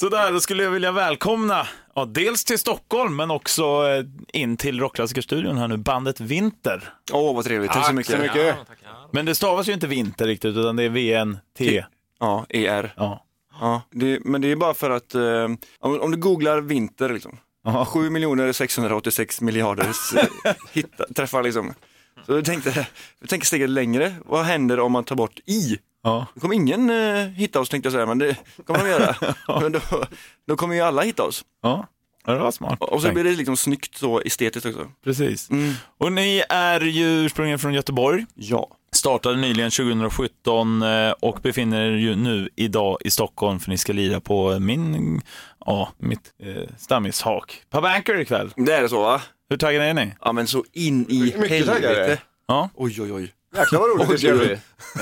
Så där, då skulle jag vilja välkomna dels till Stockholm men också in till Rockklassikerstudion här nu, bandet Vinter. Vad trevligt, tack så mycket. Ja, Men det stavas ju inte Vinter riktigt utan det är VNT. Ja, ER. Ja. Ja, men det är bara för att om du googlar Vinter liksom, 7 686 miljarder träffar liksom. Så jag tänkte steget längre. Vad händer om man tar bort I? Ja. Då kommer ingen hitta oss, tänkte jag säga, men det kommer de göra. Men då kommer ju alla hitta oss. Ja, det var smart. Och så blir det liksom snyggt så estetiskt också. Precis. Och ni är ju ursprungligen från Göteborg. Ja. Startade nyligen 2017 och befinner er ju nu idag i Stockholm för ni ska lira på mitt stammishak. På Banker ikväll. Det är det så, va? Hur taggade är ni? Ja, men så in i helvete. Taggade. Ja. Oj. Jäklar vad roligt det ska bli.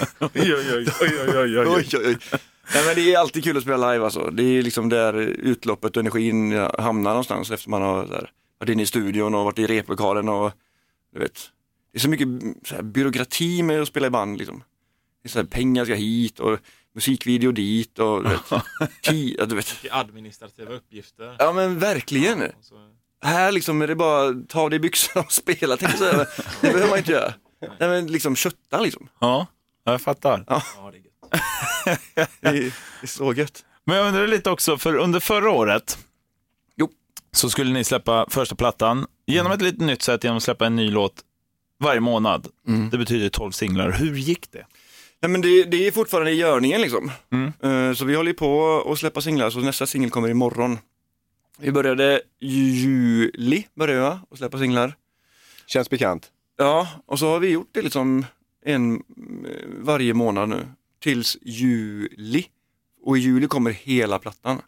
Oj. Nej, men det är alltid kul att spela live alltså. Det är liksom där utloppet och energin hamnar någonstans efter man har varit inne i studion och varit i replokalen och du vet. Det är så mycket så här, byråkrati med att spela i band liksom. Det är så här, pengar ska hit och musikvideo dit och du vet. Administrativa uppgifter. Ja, men verkligen. Här liksom är det bara ta det i byxorna och spela, tänkte jag säga. Det behöver man inte göra. Nej, men liksom kötta liksom. Ja, jag fattar. Ja, det är gött. Det är så gött. Men jag undrar lite också, för under förra året så skulle ni släppa första plattan genom ett lite nytt sätt, genom att släppa en ny låt varje månad. Det betyder 12 singlar. Hur gick det? Nej, men det är fortfarande i görningen liksom. Så vi håller på att släppa singlar, så nästa singel kommer imorgon. Vi började juli att släppa singlar. Känns bekant. Ja, och så har vi gjort det liksom varje månad nu. Tills juli. Och i juli kommer hela plattan.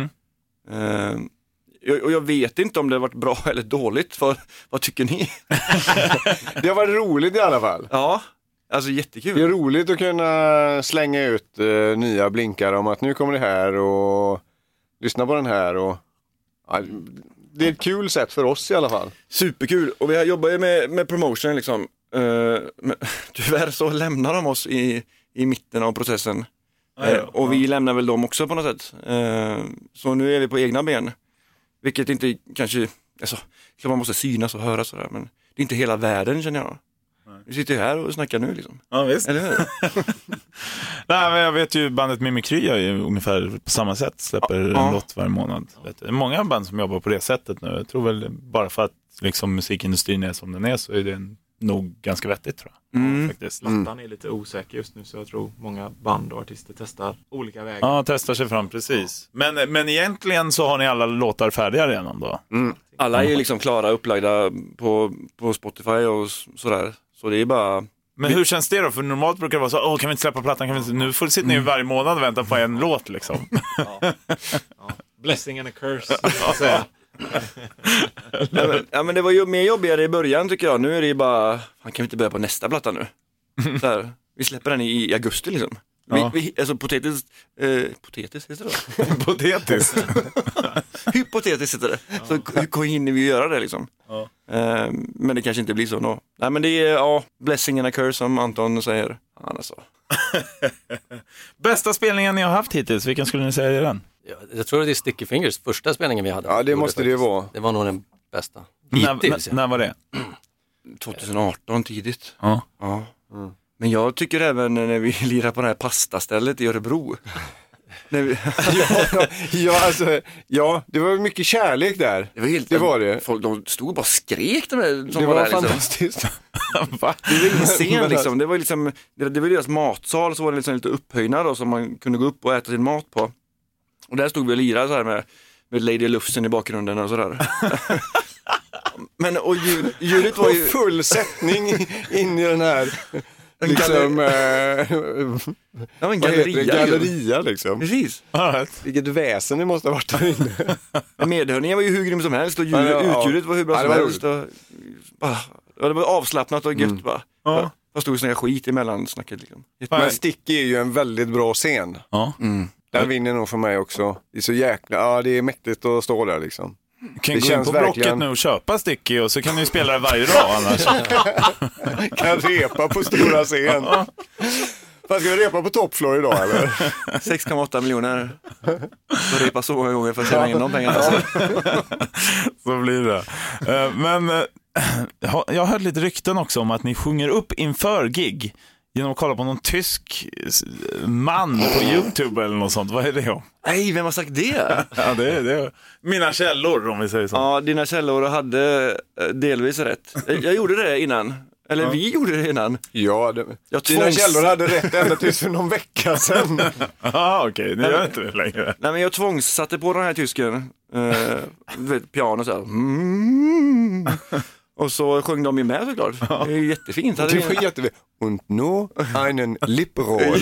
Och jag vet inte om det har varit bra eller dåligt. För, vad tycker ni? Det har varit roligt i alla fall. Ja, alltså jättekul. Det är roligt att kunna slänga ut nya blinkar om att nu kommer det här och lyssna på den här. Och, ja, det är ett kul sätt för oss i alla fall. Superkul. Och vi jobbar ju med promotion liksom. Men tyvärr så lämnar de oss i mitten av processen. Och vi lämnar väl dem också på något sätt. Så nu är vi på egna ben. Vilket inte kanske, alltså, man måste synas och höra sådär, men det är inte hela världen, känner jag. Vi sitter ju här och snackar nu liksom. Ja, visst. Eller hur? Nej, men jag vet ju bandet Mimikry är ju ungefär på samma sätt, släpper en låt varje månad. Det är många band som jobbar på det sättet nu. Jag tror väl bara för att liksom musikindustrin är som den är så är det nog ganska vettigt, tror jag. Faktiskt. Plattan är lite osäker just nu, så jag tror många band och artister testar olika vägar. Ja, testar sig fram, precis. Men egentligen så har ni alla låtar färdiga redan då? Alla är ju liksom klara, upplagda på Spotify och sådär. Så det är bara... Men hur känns det då? För normalt brukar det vara så, kan vi inte släppa plattan? Nu får du sitta ner varje månad och vänta på en låt liksom. Blessing and a curse. Ja, men det var ju mer jobbigare i början tycker jag. Nu är det ju bara, kan vi inte börja på nästa platta nu? Så här, vi släpper den i augusti liksom. Alltså potetiskt heter det? Potetiskt. Hypotetiskt heter det. Så hur hinner vi göra det liksom? Men det kanske inte blir så då. Nej, men det är blessing and a curse som Anton säger. Alltså. Bästa spelningen ni har haft hittills, vilken skulle ni säga är den? Jag tror det är Sticky Fingers, första spelningen vi hade. Ja, det måste det vara. Det var nog den bästa. När var det? 2018 tidigt. Ja. Men jag tycker även när vi lirar på det här pastastället i Örebro. Det var mycket kärlek där. Det var det. Folk, de stod och bara skrek som det var där, fantastiskt. Va? Det var ingen scen liksom. Det var liksom, det var deras matsal, så var det liksom lite upphöjnad då, som man kunde gå upp och äta sin mat på. Och där stod vi och lirade så här med Lady Lufsen i bakgrunden och sådär. Men och ljudet var ju full sättning in i den här liksom en galleria liksom. Precis. Vilket väsen det måste ha varit där inne. Medhörningen var ju hur grym som helst och utljudet var hur bra som helst och det var avslappnat och gött bara. Vad stod sån här skit emellan snacket liksom. Men Sticky är ju en väldigt bra scen. Den vinner nog för mig också. Det är så jäkla, det är mäktigt att stå där liksom. Kan det gå in på Blocket nu och köpa Sticky och så kan ni spela det varje dag annars. Kan repa på stora scen. Vad ska vi repa på Top Floor idag eller? 6,8 miljoner. Så repa så många gånger för att tjäna in de pengarna. Så blir det. Men jag har hört llite rykten också om att ni sjunger upp inför gig genom att kolla på någon tysk man på YouTube eller något sånt. Vad är det om? Nej, vem har sagt det? Ja, det är mina källor om vi säger så. Ja, dina källor hade delvis rätt. Jag gjorde det innan. Eller vi gjorde det innan. Ja, dina källor hade rätt ända tills för någon vecka sedan. Ja, okej. Ni gör inte det längre. Nej, men jag tvångssatte på den här tysken. Du vet, piano så här. Och så sjöng de ju med såklart. Ja. Det är jättefint. Det var jättefint. Und nu einen Lippenroll.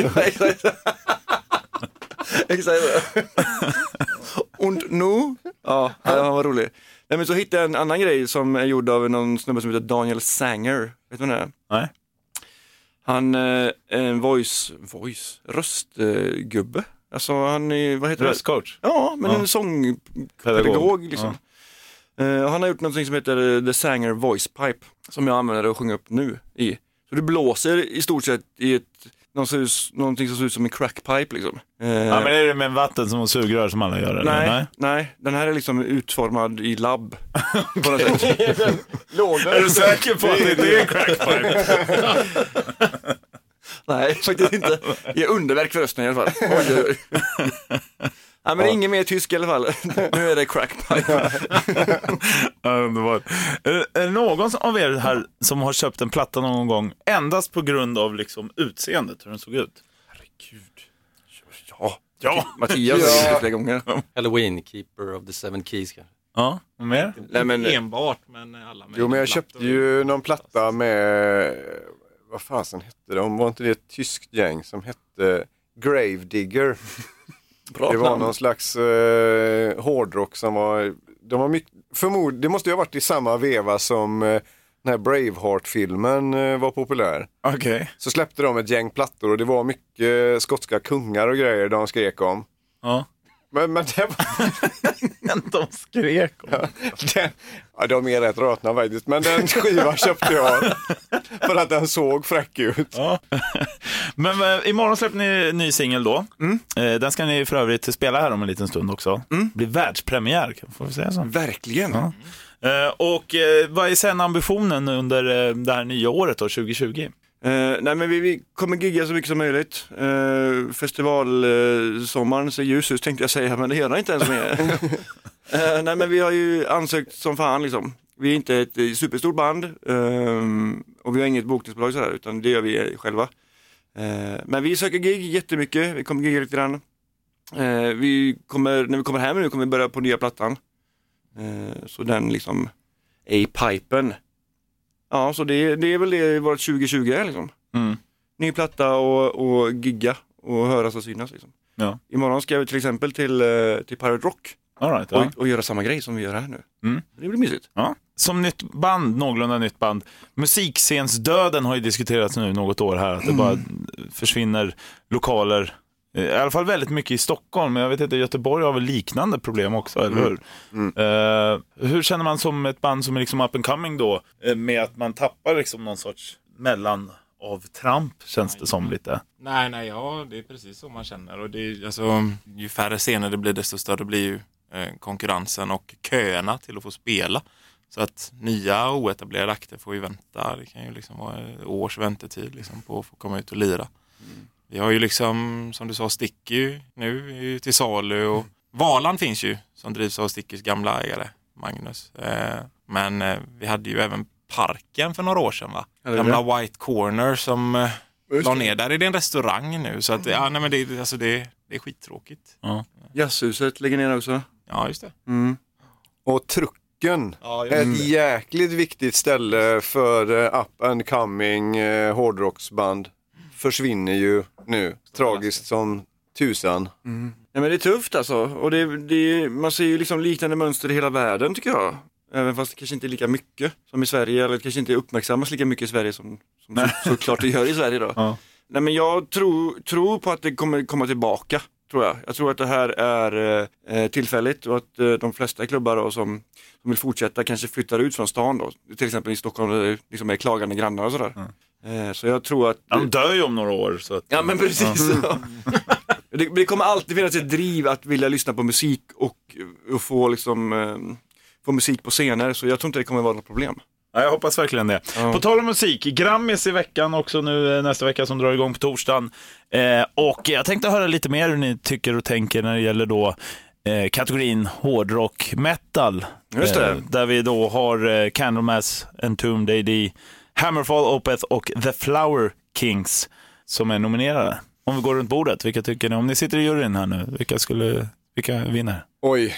Exakt. Und nu. Ja, han var rolig. Nej, men så hittade jag en annan grej som är gjord av någon snubbe som heter Daniel Sanger. Vet du vad det är? Nej. Han är en röstgubbe. Alltså han är, vad heter det? Röstcoach? Ja, men en sångpedagog liksom. Han har gjort något som heter The Sanger Voice Pipe som jag använder och sjunger upp nu i. Så du blåser i stort sett i någonting som ser ut som en crackpipe liksom. Ja, men är det med vatten som sugrör som alla gör? Eller? Nej, den här är liksom utformad i labb. På något sätt. Är du säker på att det är en crackpipe? Nej, faktiskt inte. Det är underverk för rösten i alla fall. Nej, men ingen mer tysk i alla fall. Nu är det crackpipe. Underbart. Är det någon av er här som har köpt en platta någon gång endast på grund av liksom utseendet, hur den såg ut? Herregud. Ja. Mattias har gjort det flera gånger. Halloween, Keeper of the Seven Keys. Ja, och mer? Nej, men enbart, men alla med. Jo, men jag köpte ju någon platta med, vad fasen hette de? Var inte det ett tyskt gäng som hette Gravedigger? Det var någon slags hårdrock som var, det måste ju ha varit i samma veva som den här Braveheart-filmen var populär. Okej. Så släppte de ett gäng plattor och det var mycket skotska kungar och grejer de skrek om. Ja. Men det var... De skrek om. Ja, de är rätt rötna faktiskt. Men den skivan köpte jag för att den såg fräck ut. Ja. Men imorgon släpper ni en ny singel då. Den ska ni för övrigt spela här om en liten stund också. Det blir världspremiär, får vi säga så. Verkligen. Ja. Och vad är sen ambitionen under det här nya året då, 2020? Nej, men vi kommer gigga så mycket som möjligt. Festivalsommaren ser ljus ut tänkte jag säga, men det gör det inte ens med. Nej, men vi har ju ansökt som fan liksom. Vi är inte ett superstort band och vi har inget bokningsbolag sådär, utan det gör vi själva. Men vi söker gig jättemycket, vi kommer gigga lite grann. När vi kommer hem nu kommer vi börja på nya plattan. Så den liksom är i pipen. Ja, så det är väl det vårt 2020 är liksom. Ny platta och gigga och höras och synas liksom. Ja. Imorgon ska vi till exempel till Pirate Rock. All right, ja. Och göra samma grej som vi gör här nu. Det blir mysigt. Ja. Som någorlunda nytt band. Musikscensdöden har ju diskuterats nu något år här. Att det bara försvinner lokaler. I alla fall väldigt mycket i Stockholm. Men jag vet inte, Göteborg har väl liknande problem också, eller hur? Hur känner man som ett band som är liksom up and coming då? Med att man tappar liksom någon sorts mellan av tramp, känns det som lite. Nej, ja, det är precis så man känner. Och det är, alltså, ju färre scener det blir, desto större blir ju konkurrensen och köerna till att få spela. Så att nya oetablerade akter får ju vänta. Det kan ju liksom vara års väntetid liksom på att få komma ut och lira. Vi har ju liksom, som du sa, Sticky nu till salu. Och Valand finns ju, som drivs av Stickys gamla ägare, Magnus. Men vi hade ju även Parken för några år sedan, va? Gamla White Corner som la ner. Där är det en restaurang nu. Så att, ja, nej, men det är skittråkigt. Ja. Jazzhuset ligger ner också. Ja, just det. Och Trucken, ett jäkligt viktigt ställe för up and coming hårdrocksband, försvinner ju nu. Tragiskt som tusan. Ja, men det är tufft alltså. Och man ser ju liksom liknande mönster i hela världen tycker jag. Även fast det kanske inte är lika mycket som i Sverige. Eller kanske inte uppmärksammas lika mycket i Sverige som såklart det gör i Sverige då. Ja. Nej, men jag tror på att det kommer komma tillbaka, tror jag. Jag tror att det här är tillfälligt och att de flesta klubbar då, som vill fortsätta kanske flyttar ut från stan då. Till exempel i Stockholm där det liksom är klagande grannar och sådär. Så jag tror att... De dör ju om några år. Så att... Ja, men precis. Ja. Det kommer alltid finnas ett driv att vilja lyssna på musik och få, liksom, få musik på scener. Så jag tror inte det kommer vara något problem. Ja, jag hoppas verkligen det. På tal om musik, Grammis i veckan också nu nästa vecka som drar igång på torsdagen. Och jag tänkte höra lite mer hur ni tycker och tänker när det gäller då kategorin hårdrock metal. Just det. Där vi då har Candlemass, Entombed AD, Hammerfall, Opeth och The Flower Kings som är nominerade. Om vi går runt bordet, vilka tycker ni? Om ni sitter i juryn här nu, vilka vinner? Oj,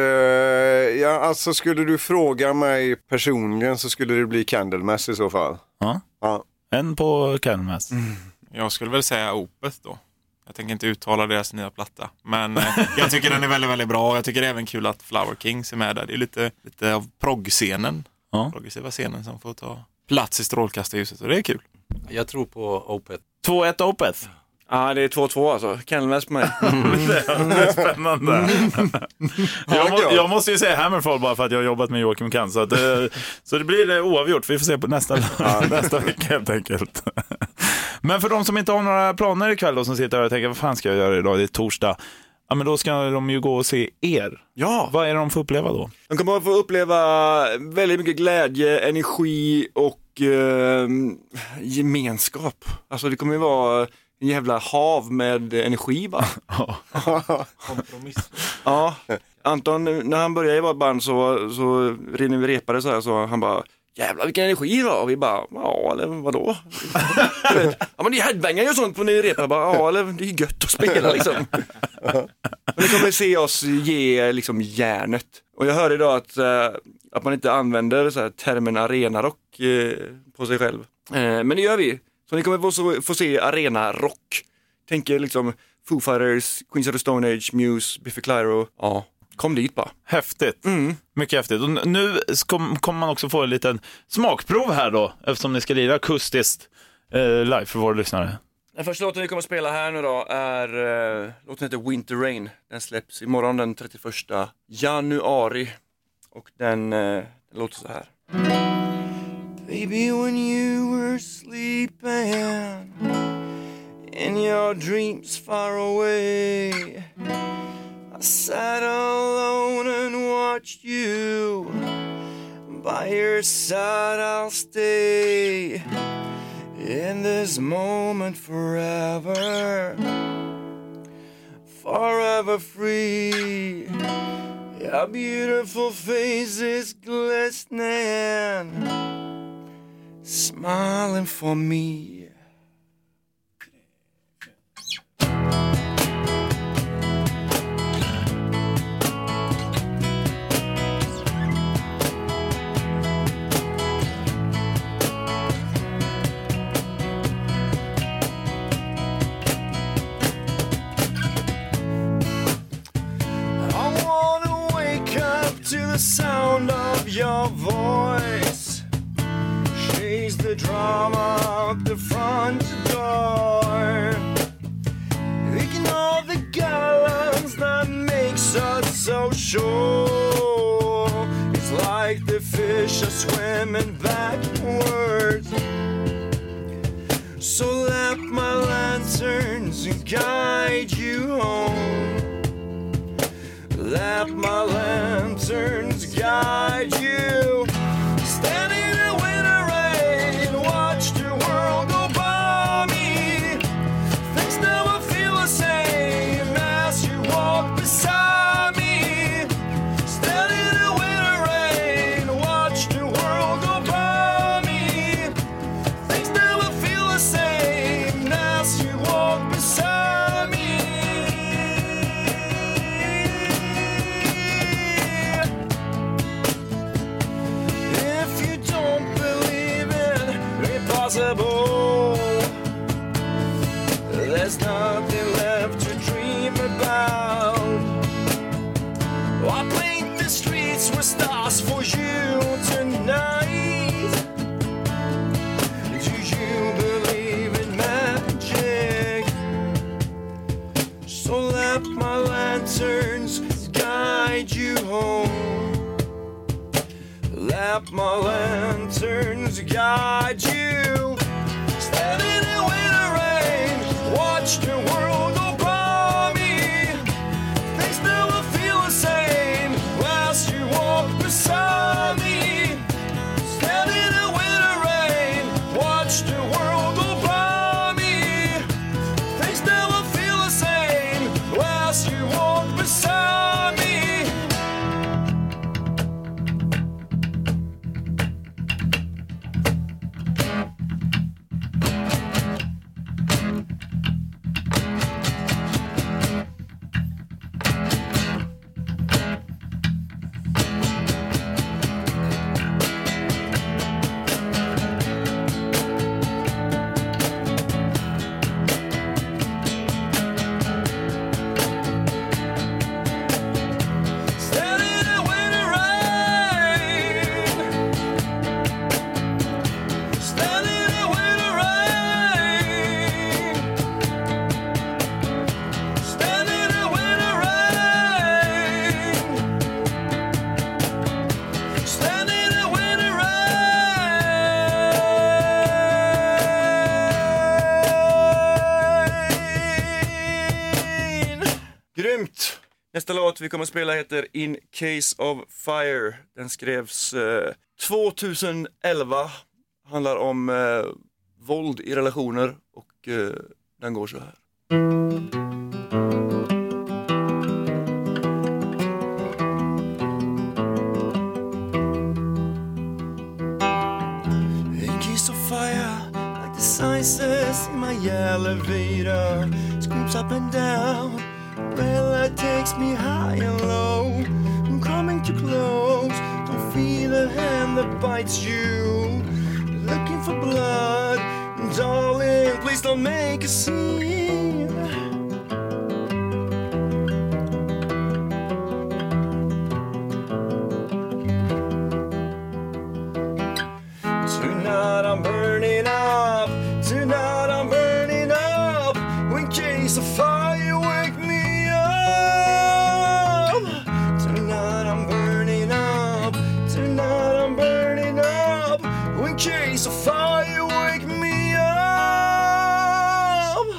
ja, alltså skulle du fråga mig personligen så skulle det bli Candlemass i så fall. Ja. En på Candlemass. Jag skulle väl säga Opeth då. Jag tänker inte uttala deras nya platta. Men jag tycker den är väldigt, väldigt bra. Jag tycker det är även kul att Flower Kings är med där. Det är lite av proggscenen. Progressiva scenen som får ta plats i strålkastarljuset. Och det är kul. Jag tror på Opeth. 2-1 Opeth. Ja, det är 2-2 alltså. Candlemass på mig. Det är spännande. Jag måste ju säga Hammerfall bara för att jag har jobbat med Joakim Kant. Så det blir oavgjort. Vi får se på nästa vecka helt enkelt. Men för de som inte har några planer ikväll då, som sitter här och tänker, vad fan ska jag göra idag? Det är torsdag. Ja, men då ska de ju gå och se er. Ja. Vad är det de får uppleva då? De kommer att få uppleva väldigt mycket glädje, energi och gemenskap. Alltså det kommer ju vara en jävla hav med energi bara. Kompromiss. Ja. Anton, när han började i vårt band så när vi repade så här, så han bara, jävlar vilken energi då? Och vi bara, ja eller vadå? Ja men det är headbangar ju sånt på när vi repar. Bara, ja eller det är gött att spela liksom. Men ni kommer se oss ge liksom järnet. Och jag hörde idag att man inte använder så här termen arenarock på sig själv. Men det gör vi. Så ni kommer få se arena-rock. Tänker liksom Foo Fighters, Queens of the Stone Age, Muse, Biffy Clyro. Ja, kom dit bara. Häftigt. Mycket häftigt. Och nu kommer man också få en liten smakprov här då. Eftersom ni ska lira akustiskt live för våra lyssnare. Den första låten vi kommer att spela här nu då är låten heter Winter Rain. Den släpps imorgon den 31 januari. Och den låter så här. Baby, when you were sleeping in your dreams far away, I sat alone and watched you. By your side I'll stay in this moment forever, forever free. Your beautiful face is glistening, smiling for me. I wanna wake up to the sound of your voice, chase the drama out the front door, ignore the gallons that makes us so sure. It's like the fish are swimming backwards. So let my lanterns guide you home. Let my lanterns guide you. Standing in the winter rain, watch the world go by me. Things never feel the same as you walk beside me. Standing in the winter rain, watch the world go by me. Things never feel the same as you walk beside me. There's nothing left to dream about. I paint the streets with stars for you tonight. Do you believe in magic? So let my lanterns guide you home. Let my lanterns guide you. watch the world go by me. Things never feel the same as you walk beside me. Standing in winter rain, watch the world go by me. Things never feel the same as you walk beside me. Grymt! Nästa låt vi kommer att spela heter In Case of Fire. Den skrevs 2011. Handlar om våld i relationer och den går så här. In case of fire, like the sign says in my elevator, screams up and down. Red light takes me high and low. I'm coming too close. Don't feel a hand that bites you. Looking for blood. Darling, please don't make a scene. Tonight I'm burning up. Tonight I'm burning up. In case of fire, wake me up. Tonight I'm burning up. Tonight I'm burning up. In case of fire, wake me up.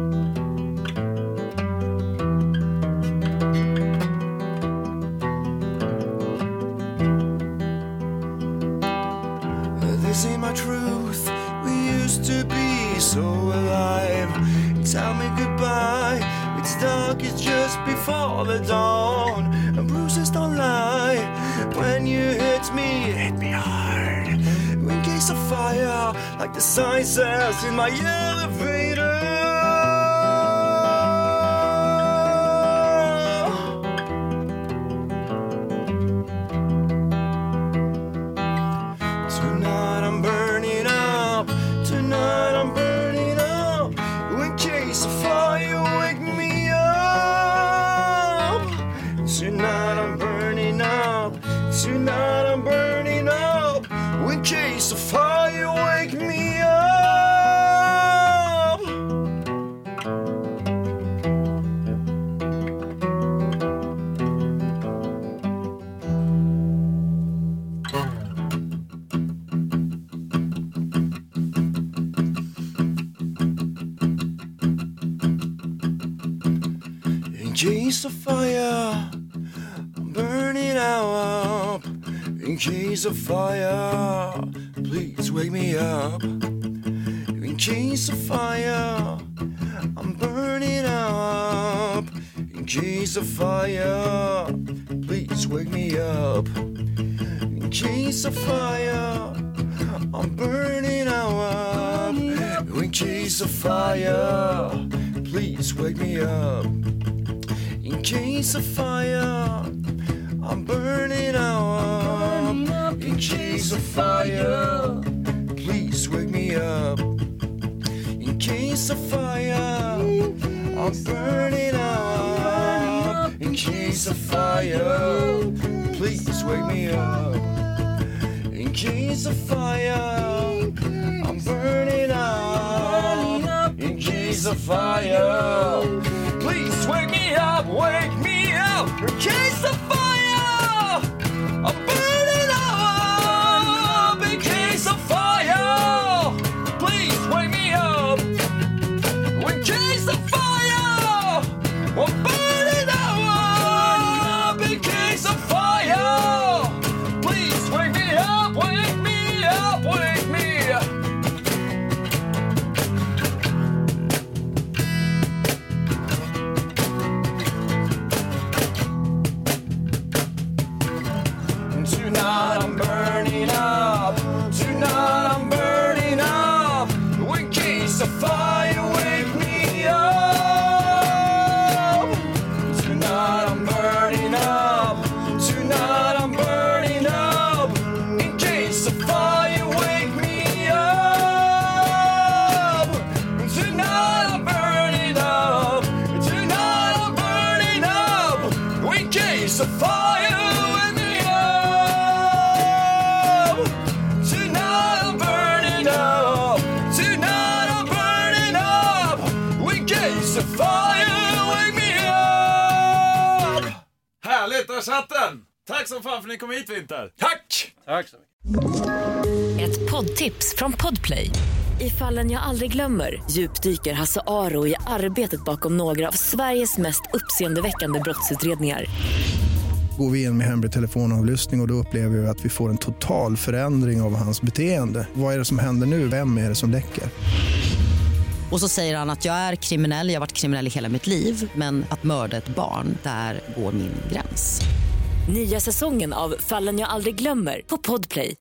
This ain't my truth. We used to be so alive. Tell me goodbye. It's dark, it's just before the dawn. And bruises don't lie. When you hit me hard. In case of fire, like the sign says in my elevator. Tonight I'm burning up. Tonight I'm burning up. In case of fire, wake me up. Tonight I'm burning up. Tonight I'm burning up. In case of fire, wake me up. In case of fire, I'm burning up. In case of fire, please wake me up. In case of fire, I'm burning up. In case of fire, please wake me up. In case of fire, I'm burning up. In case of fire, please wake me up. In case of fire, I'm burning up. In case of fire, please wake me up. In case of fire, I'm burning up. In case of fire, please wake me up. In case of fire, I'm burning up. In case of fire, please wake me up, wake me up. In case of fire, I'm burning up. In case of fire, please wake me up. In case of fire. so fire with me up. Tonight I'm burning up. Tonight I'm burning up. We get so fire with me up. Härligt, där satt den! Tack så fan för att ni kom hit, Vinter. Tack! Tack så mycket. Ett poddtips från Podplay. I Fallen jag aldrig glömmer djupdyker Hasse Aro i arbetet bakom några av Sveriges mest uppseendeväckande brottsutredningar. Går vi in med hemlig telefonavlyssning och då upplever vi att vi får en total förändring av hans beteende. Vad är det som händer nu? Vem är det som läcker? Och så säger han att jag är kriminell, jag har varit kriminell i hela mitt liv. Men att mörda ett barn, där går min gräns. Nya säsongen av Fallen jag aldrig glömmer på Podplay.